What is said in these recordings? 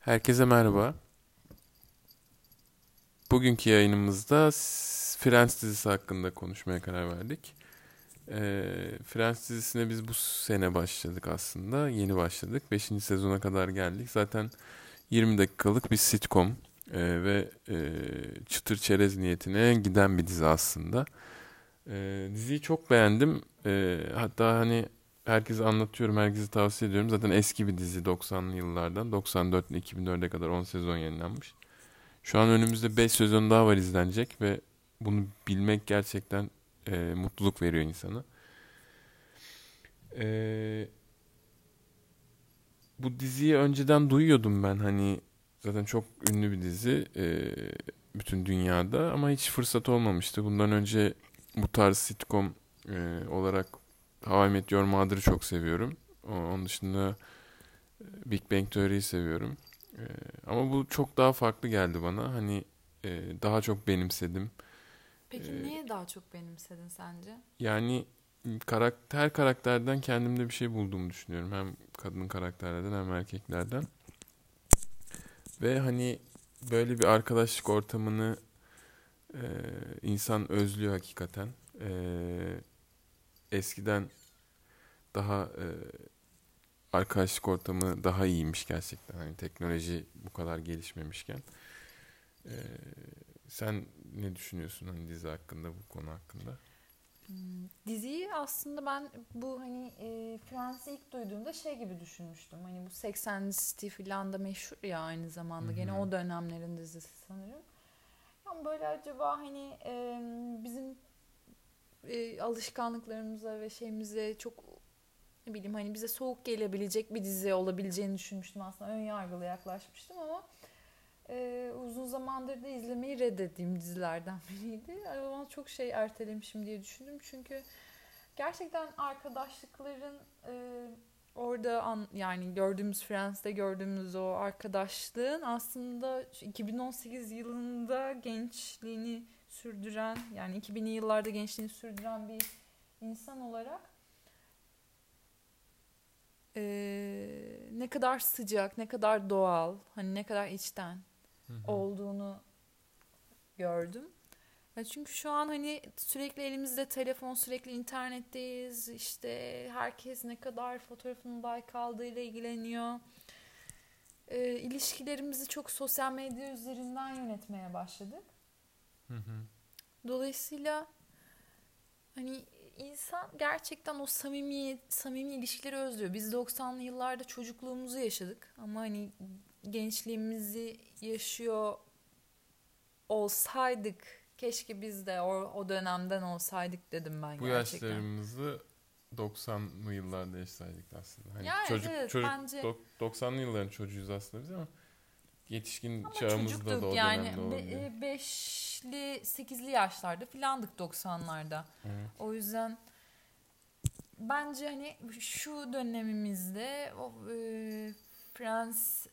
Herkese merhaba. Bugünkü yayınımızda Friends dizisi hakkında konuşmaya karar verdik. Friends dizisine biz bu sene başladık aslında. Yeni başladık. 5. sezona kadar geldik. Zaten 20 dakikalık bir sitcom ve çıtır çerez niyetine giden bir dizi aslında. Diziyi çok beğendim. Hatta hani herkese anlatıyorum, herkese tavsiye ediyorum. Zaten eski bir dizi 90'lı yıllardan. 94'ten 2004'e kadar 10 sezon yayınlanmış. Şu an önümüzde 5 sezon daha var izlenecek ve bunu bilmek gerçekten mutluluk veriyor insana. E, Bu diziyi önceden duyuyordum ben, hani zaten çok ünlü bir dizi bütün dünyada, ama hiç fırsat olmamıştı. Bundan önce bu tarz sitcom olarak How I Met Your Mother'ı çok seviyorum. Onun dışında Big Bang Theory'yi seviyorum. E, Ama bu çok daha farklı geldi bana. Hani daha çok benimsedim. E, Peki niye daha çok benimsedin sence? Yani her karakterden kendimde bir şey bulduğumu düşünüyorum. Hem kadın karakterlerden hem erkeklerden. Ve hani böyle bir arkadaşlık ortamını e, insan özlüyor hakikaten. Eskiden daha arkadaşlık ortamı daha iyiymiş gerçekten. Hani teknoloji bu kadar gelişmemişken. E, Sen ne düşünüyorsun hani dizi hakkında, bu konu hakkında? Diziyi aslında ben bu Friends'i ilk duyduğumda şey gibi düşünmüştüm. Hani bu 80 City falan da meşhur ya aynı Hı zamanda. Gene hı. o dönemlerin dizisi sanırım. Ama böyle acaba bizim alışkanlıklarımıza ve şeyimize çok ne bileyim hani bize soğuk gelebilecek bir dizi olabileceğini düşünmüştüm aslında. Ön yargılı yaklaşmıştım ama uzun zamandır da izlemeyi reddettiğim dizilerden biriydi. Ama çok şey ertelemişim diye düşündüm. Çünkü gerçekten arkadaşlıkların orada yani gördüğümüz Friends'te gördüğümüz o arkadaşlığın aslında 2018 yılında gençliğini sürdüren yani 2000'li yıllarda gençliğini sürdüren bir insan olarak ne kadar sıcak, ne kadar doğal, hani ne kadar içten Hı hı. olduğunu gördüm. Ya çünkü şu an hani sürekli elimizde telefon, sürekli internetteyiz. İşte herkes ne kadar fotoğrafını like aldığıyla ilgileniyor. İlişkilerimizi çok sosyal medya üzerinden yönetmeye başladık. Hı hı. Dolayısıyla hani insan gerçekten o samimi ilişkileri özlüyor. Biz 90'lı yıllarda çocukluğumuzu yaşadık ama hani gençliğimizi yaşıyor olsaydık keşke biz de o dönemden olsaydık dedim ben Bu gerçekten. yaşlarımızı 90'lı yıllarda yaşasaydık aslında. Hani Ya evet, çocuk evet çocuk bence 90'lı yılların çocuğuyuz aslında biz, ama yetişkin ama çağımızda da çocuktuk o yani dönemde olabiliyor. 5'li 8'li yaşlarda filandık 90'larda. Evet. O yüzden bence hani şu dönemimizde Friends'in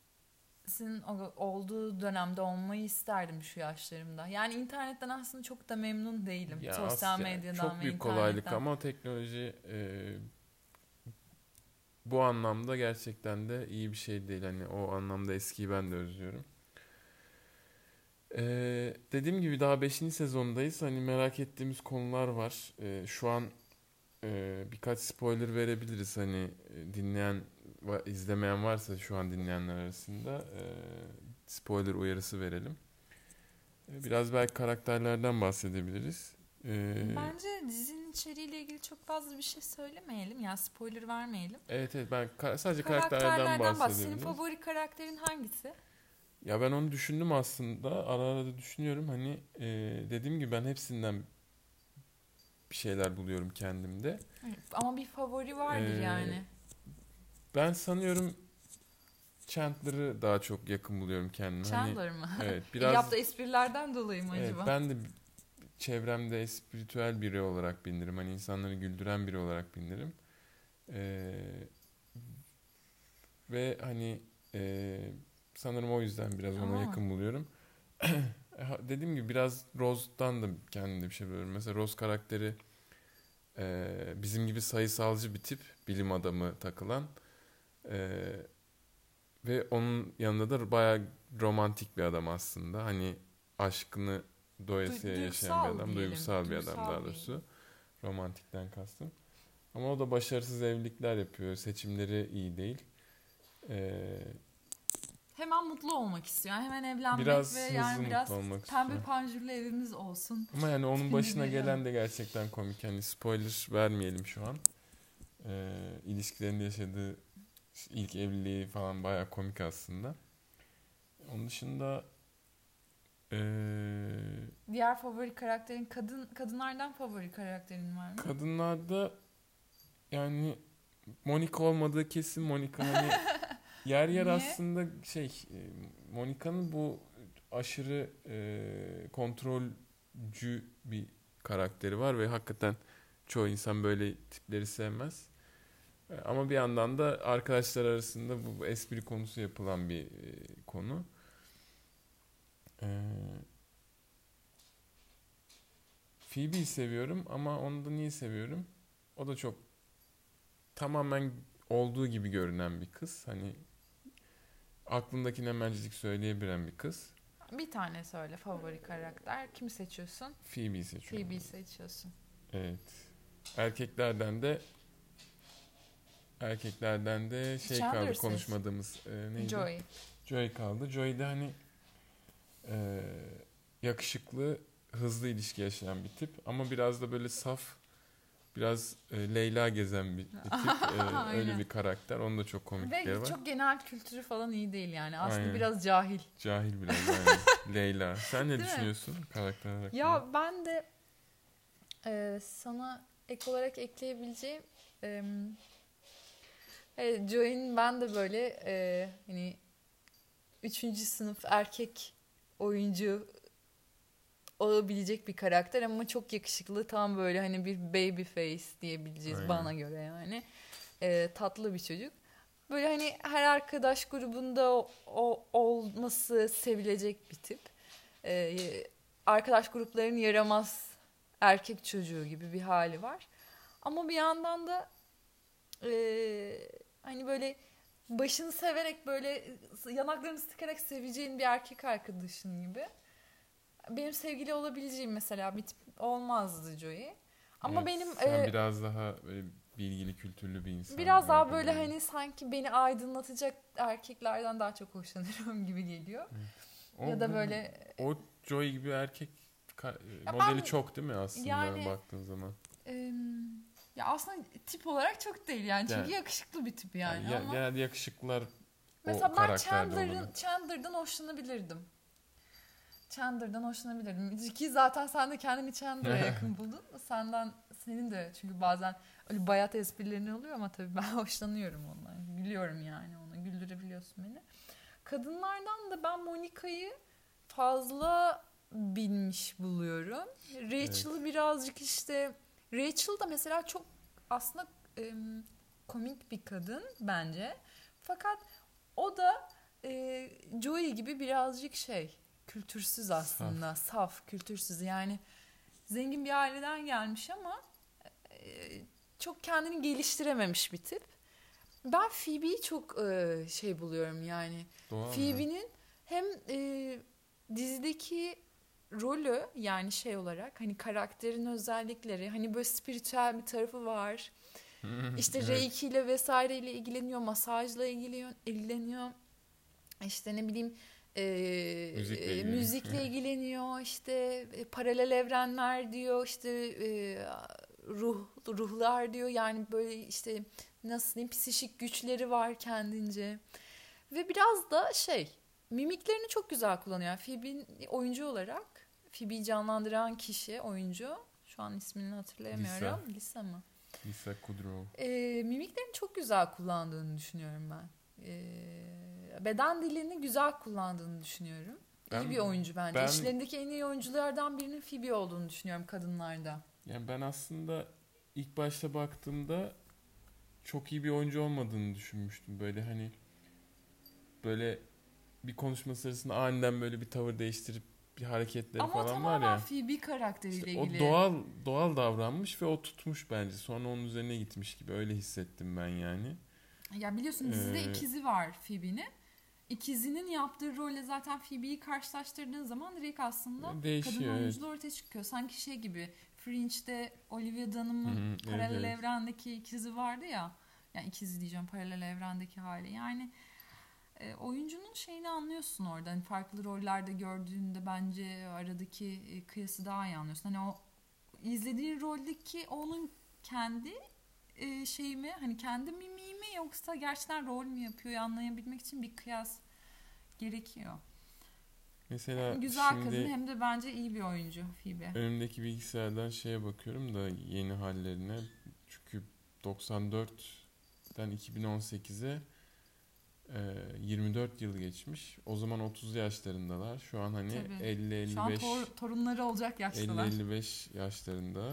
olduğu dönemde olmayı isterdim şu yaşlarımda. Yani internetten aslında çok da memnun değilim. Ya Sosyal yani medyadan çok ve büyük kolaylık, internetten. ama teknoloji bu anlamda gerçekten de iyi bir şey değil. Hani o anlamda eskiyi ben de özlüyorum. Dediğim gibi daha 5. sezondayız. Hani merak ettiğimiz konular var. Şu an birkaç spoiler verebiliriz. Hani dinleyen, izlemeyen varsa şu an dinleyenler arasında spoiler uyarısı verelim. Biraz belki karakterlerden bahsedebiliriz. Ee, Bence dizinin içeriğiyle ilgili çok fazla bir şey söylemeyelim. Ya spoiler vermeyelim. evet, ben sadece karakterlerden Karakterlerden bahs. Senin bahsedebiliriz. favori karakterin hangisi? Ya ben onu düşündüm aslında. Ara ara da düşünüyorum. Hani dediğim gibi ben hepsinden bir şeyler buluyorum kendimde. Ama bir favori vardır Ee, yani. Ben sanıyorum Chandler'ı daha çok yakın buluyorum kendime. Hani Chandler mı? evet, Yaptığı biraz esprilerden dolayı mı evet, acaba? ben de çevremde spiritüel biri olarak bilinirim. Hani insanları güldüren biri olarak bilinirim. Ee, Ve hani sanırım o yüzden biraz ona Aa, yakın buluyorum. Dediğim gibi biraz Rose'dan da kendimde bir şey buluyorum. Mesela Rose karakteri bizim gibi sayısalcı bir tip, bilim adamı takılan. E, Ve onun yanında da bayağı romantik bir adam aslında. Hani aşkını doyasıya yaşayan bir Duygusal adam. diyelim. Duygusal bir adam Duygusal daha doğrusu. Romantikten kastım. Ama o da başarısız evlilikler yapıyor. Seçimleri iyi değil. Ee, Hemen mutlu olmak istiyor. Yani hemen evlenmek Biraz ve hızlı yani biraz mutlu olmak pembe istiyor. panjurlu evimiz olsun. Ama yani onun Tipinde başına bir gelen de gerçekten komik. Hani spoiler vermeyelim şu an. İlişkilerinde yaşadığı ilk evliliği falan bayağı komik aslında. Onun dışında ee, Diğer favori karakterin kadınlardan favori karakterin var mı? kadınlarda yani Monica olmadığı kesin. Monica hani yer yer Niye? aslında Monica'nın bu aşırı kontrolcü bir karakteri var ve hakikaten çoğu insan böyle tipleri sevmez. Ama bir yandan da arkadaşlar arasında bu espri konusu yapılan bir konu. E, Phoebe'yi seviyorum ama onu da niye seviyorum? O da çok tamamen olduğu gibi görünen bir kız. Hani aklındakini hemencik söyleyebilen bir kız. Bir tane söyle favori karakter. Kimi seçiyorsun? Phoebe'yi seçiyorum. Phoebe'yi seçiyorsun. Evet. Erkeklerden de şey Chandler kaldı seç. konuşmadığımız neydi? Joey. Joey kaldı. Joey de hani e, yakışıklı, hızlı ilişki yaşayan bir tip ama biraz da böyle saf, biraz Leyla gezen bir tip. Öyle Aynen. bir karakter. Onun da çok komiklikleri Ve var. çok genel kültürü falan iyi değil yani. Aslında Aynen. biraz cahil. Cahil biraz aynen. Leyla. Sen ne Değil mi? düşünüyorsun karakter hakkında? Ya ben de sana ek olarak ekleyebileceğim evet, Joey'nin ben de böyle hani 3. sınıf erkek oyuncu olabilecek bir karakter ama çok yakışıklı, tam böyle hani bir baby face diyebileceğiz Aynen. bana göre yani. Tatlı bir çocuk. Böyle hani her arkadaş grubunda olması sevilecek bir tip. Arkadaş gruplarının yaramaz erkek çocuğu gibi bir hali var. Ama bir yandan da hani böyle başını severek böyle yanaklarını sıkarak seveceğin bir erkek arkadaşın gibi. Benim sevgili olabileceğim mesela bir tip olmazdı Joey. Ama Evet, benim sen biraz daha böyle bilgili, kültürlü bir insan. biraz daha böyle hani sanki beni aydınlatacak erkeklerden daha çok hoşlanırım gibi geliyor. Ya da böyle o Joey gibi erkek ya modeli ben çok değil mi aslında yani baktığın zaman? ya aslında tip olarak çok değil yani çünkü Yani, yakışıklı bir tip yani ama genelde yakışıklılar o mesela ben karakterde oluyor. Chandler'dan hoşlanabilirdim. Chandler'dan hoşlanabilirdim. Ki zaten sen de kendini Chandler'a yakın buldun. Senin de çünkü bazen öyle bayat esprilerin oluyor ama tabii ben hoşlanıyorum ondan. Gülüyorum yani ona. Güldürebiliyorsun beni. Kadınlardan da ben Monica'yı fazla bilmiş buluyorum. Rachel'ı Evet. birazcık işte Rachel da mesela çok aslında komik bir kadın bence. Fakat o da Joey gibi birazcık kültürsüz aslında. Saf. Saf, kültürsüz. Yani zengin bir aileden gelmiş ama çok kendini geliştirememiş bir tip. Ben Phoebe'yi çok buluyorum yani. Doğal mı? Phoebe'nin hem dizideki rolü yani olarak hani karakterin özellikleri, hani böyle spiritüel bir tarafı var. İşte Evet. Reiki ile vesaireyle ilgileniyor, masajla ilgileniyor. İşte ne bileyim Müzikle ilgili. müzikle ilgileniyor. İşte paralel evrenler diyor. İşte ruhlar diyor. Yani böyle işte nasıl diyeyim, psişik güçleri var kendince. Ve biraz da mimiklerini çok güzel kullanıyor. Phoebe'nin oyuncu olarak, Phoebe'yi canlandıran kişi, oyuncu. Şu an ismini hatırlayamıyorum. Lisa mı? Lisa Kudrow. Mimiklerini çok güzel kullandığını düşünüyorum ben. Beden dilini güzel kullandığını düşünüyorum. İyi bir oyuncu bence. İşlerindeki en iyi oyunculardan birinin Phoebe olduğunu düşünüyorum kadınlarda. Yani ben aslında ilk başta baktığımda çok iyi bir oyuncu olmadığını düşünmüştüm. Böyle hani böyle bir konuşma sırasında aniden böyle bir tavır değiştirip bir hareketleri Ama falan var tamamen ya. Phoebe karakteriyle İşte o ilgili. doğal davranmış ve o tutmuş bence. Sonra onun üzerine gitmiş gibi öyle hissettim ben yani. Ya biliyorsun dizide ikizi var Phoebe'nin. ikizinin yaptığı rolle zaten Phoebe'yi karşılaştırdığın zaman direkt aslında Değişiyor, kadın evet. oyunculuğu ortaya çıkıyor. Sanki şey gibi, Fringe'de Olivia Dunn'ın Evet, paralel evet. evrendeki ikizi vardı ya. Yani ikizi diyeceğim, paralel evrendeki hali. Yani oyuncunun şeyini anlıyorsun orada. Hani farklı rollerde gördüğünde bence aradaki kıyası daha iyi anlıyorsun. Hani o izlediğin roldeki onun kendi şey mi, hani kendi mimiği mi, yoksa gerçekten rol mü yapıyor, anlayabilmek için bir kıyas gerekiyor. Mesela Hem güzel kadın şimdi hem de bence iyi bir oyuncu Phoebe. önümdeki bilgisayardan şeye bakıyorum da yeni hallerine. Çünkü 94'ten 2018'e 24 yıl geçmiş. O zaman 30 yaşlarındalar. Şu an hani Tabii. Şu an 50-55 torunları olacak yaşlılar. 50-55 yaşlarında.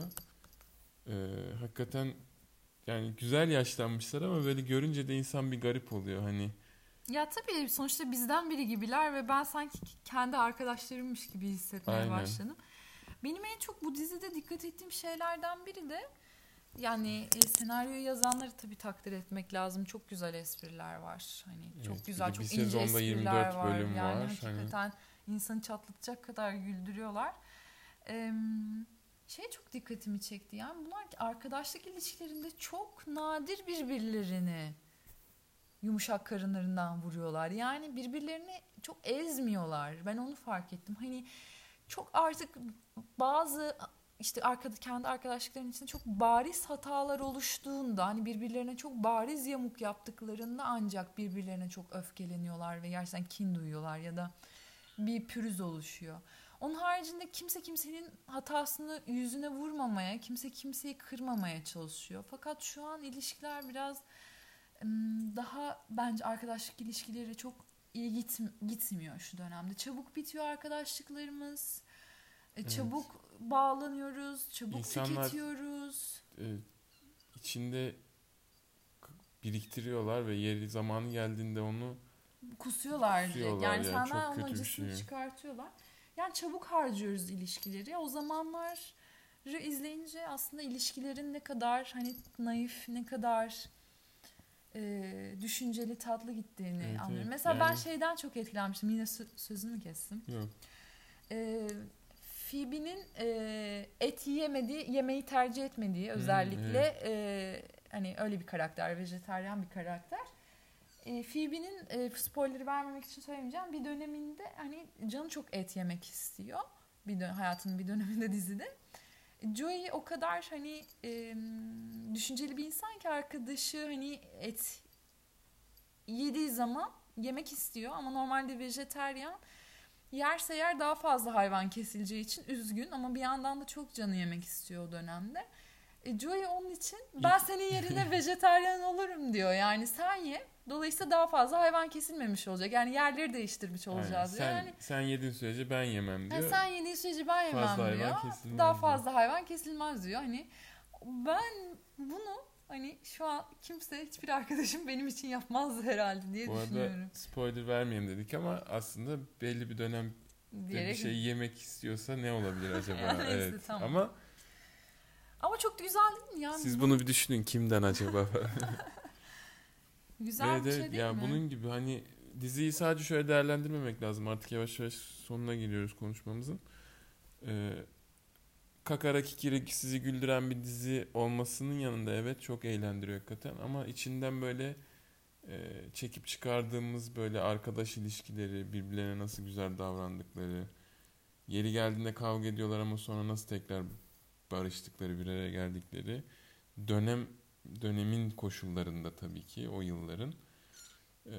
Hakikaten yani güzel yaşlanmışlar ama böyle görünce de insan bir garip oluyor hani. Ya tabii sonuçta bizden biri gibiler ve ben sanki kendi arkadaşlarımmış gibi hissetmeye Aynen. başladım. Benim en çok bu dizide dikkat ettiğim şeylerden biri de yani senaryoyu yazanları tabii takdir etmek lazım. Çok güzel espriler var. Hani çok Evet, bir güzel, de bir çok ince sezonda espriler 24 var. bölüm Yani var. Hani hakikaten insanı çatlatacak kadar güldürüyorlar. Ee, Şey çok dikkatimi çekti. Yani bunlar arkadaşlık ilişkilerinde çok nadir birbirlerini yumuşak karınlarından vuruyorlar. Yani birbirlerini çok ezmiyorlar. Ben onu fark ettim. Hani çok artık bazı işte kendi arkadaşlıklarının içinde çok bariz hatalar oluştuğunda, hani birbirlerine çok bariz yamuk yaptıklarında ancak birbirlerine çok öfkeleniyorlar ve gerçekten kin duyuyorlar ya da bir pürüz oluşuyor. Onun haricinde kimse kimsenin hatasını yüzüne vurmamaya, kimse kimseyi kırmamaya çalışıyor. Fakat şu an ilişkiler biraz daha, bence arkadaşlık ilişkileri çok iyi gitmiyor şu dönemde. Çabuk bitiyor arkadaşlıklarımız. evet. Çabuk bağlanıyoruz, çabuk İnsanlar tüketiyoruz. içinde biriktiriyorlar ve yeri zamanı geldiğinde onu Kusuyorlar direkt. kusuyorlar Yani ya. senden Çok onun kötü bir acısını şey. çıkartıyorlar. Yani çabuk harcıyoruz ilişkileri. O zamanları izleyince aslında ilişkilerin ne kadar hani naif, ne kadar düşünceli, tatlı gittiğini Evet, anlıyorum. evet. Mesela ben Yani şeyden çok etkilenmiştim. Yine sözünü kestim. yok. E, Phoebe'nin et yiyemediği, yemeği tercih etmediği, özellikle Evet. hani öyle bir karakter, vejetaryen bir karakter. Phoebe'nin spoiler vermemek için söylemeyeceğim. Bir döneminde hani canı çok et yemek istiyor. Hayatının bir döneminde dizide. Joey o kadar hani düşünceli bir insan ki arkadaşı hani et yediği zaman yemek istiyor ama normalde vejetaryen. Yerse yer daha fazla hayvan kesileceği için üzgün ama bir yandan da çok canı yemek istiyor o dönemde. Joey onun için ben senin yerine vejetaryen olurum diyor. Yani sen ye. Dolayısıyla daha fazla hayvan kesilmemiş olacak. Yani yerleri değiştirmiş Aynen. olacağız diyor. Yani Sen yediğin sürece ben yemem diyor. sen yediğin sürece ben Fazla yemem diyor. hayvan kesilmez Daha diyor. fazla hayvan kesilmez diyor. Hani ben bunu hani şu an kimse, hiçbir arkadaşım benim için yapmaz herhalde diye Bu arada düşünüyorum. spoiler vermeyeyim dedik ama aslında belli bir dönemde bir Diyerek. şey yemek istiyorsa ne olabilir acaba? Neyse, Evet. tamam. Ama çok güzel değil mi? Yani Siz bunu bir düşünün, kimden acaba? güzel Evet, bir şey evet. değil Ya mi? bunun gibi hani diziyi sadece şöyle değerlendirmemek lazım. Artık yavaş yavaş sonuna geliyoruz konuşmamızın. Ee, Kakara Kikiriki sizi güldüren bir dizi olmasının yanında evet çok eğlendiriyor hakikaten ama içinden böyle çekip çıkardığımız böyle arkadaş ilişkileri, birbirlerine nasıl güzel davrandıkları, yeri geldiğinde kavga ediyorlar ama sonra nasıl tekrar barıştıkları, bir araya geldikleri dönemin koşullarında tabii ki o yılların e,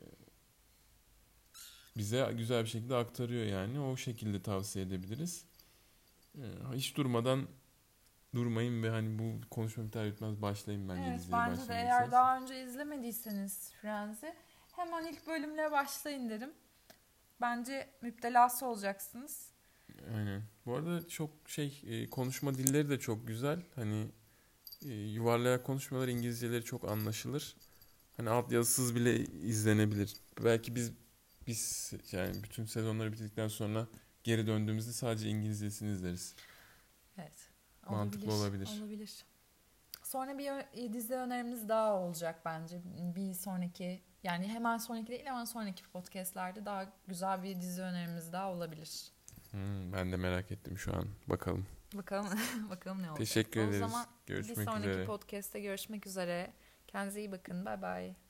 bize güzel bir şekilde aktarıyor yani. O şekilde tavsiye edebiliriz. Hiç durmayın ve hani bu konuşma biter bitmez başlayın bence Evet, diziye bence de eğer başlamadıysanız. daha önce izlemediyseniz Friends'i hemen ilk bölümle başlayın derim. Bence müptelası olacaksınız. Aynen. Bu arada çok konuşma dilleri de çok güzel. Hani yuvarlayarak konuşmalar, İngilizceleri çok anlaşılır. Hani altyazısız bile izlenebilir. Belki biz yani bütün sezonları bitirdikten sonra geri döndüğümüzde sadece İngilizcesini izleriz. Evet. Mantıklı olabilir. Olabilir. Sonra bir dizi önerimiz daha olacak bence. Bir sonraki Yani hemen sonraki değil ama sonraki podcastlerde daha güzel bir dizi önerimiz daha olabilir. Ben de merak ettim şu an. Bakalım. Bakalım bakalım ne olacak. Teşekkür ederiz. O zaman Görüşmek bir sonraki üzere. podcast'te görüşmek üzere. Kendinize iyi bakın. Bye bye.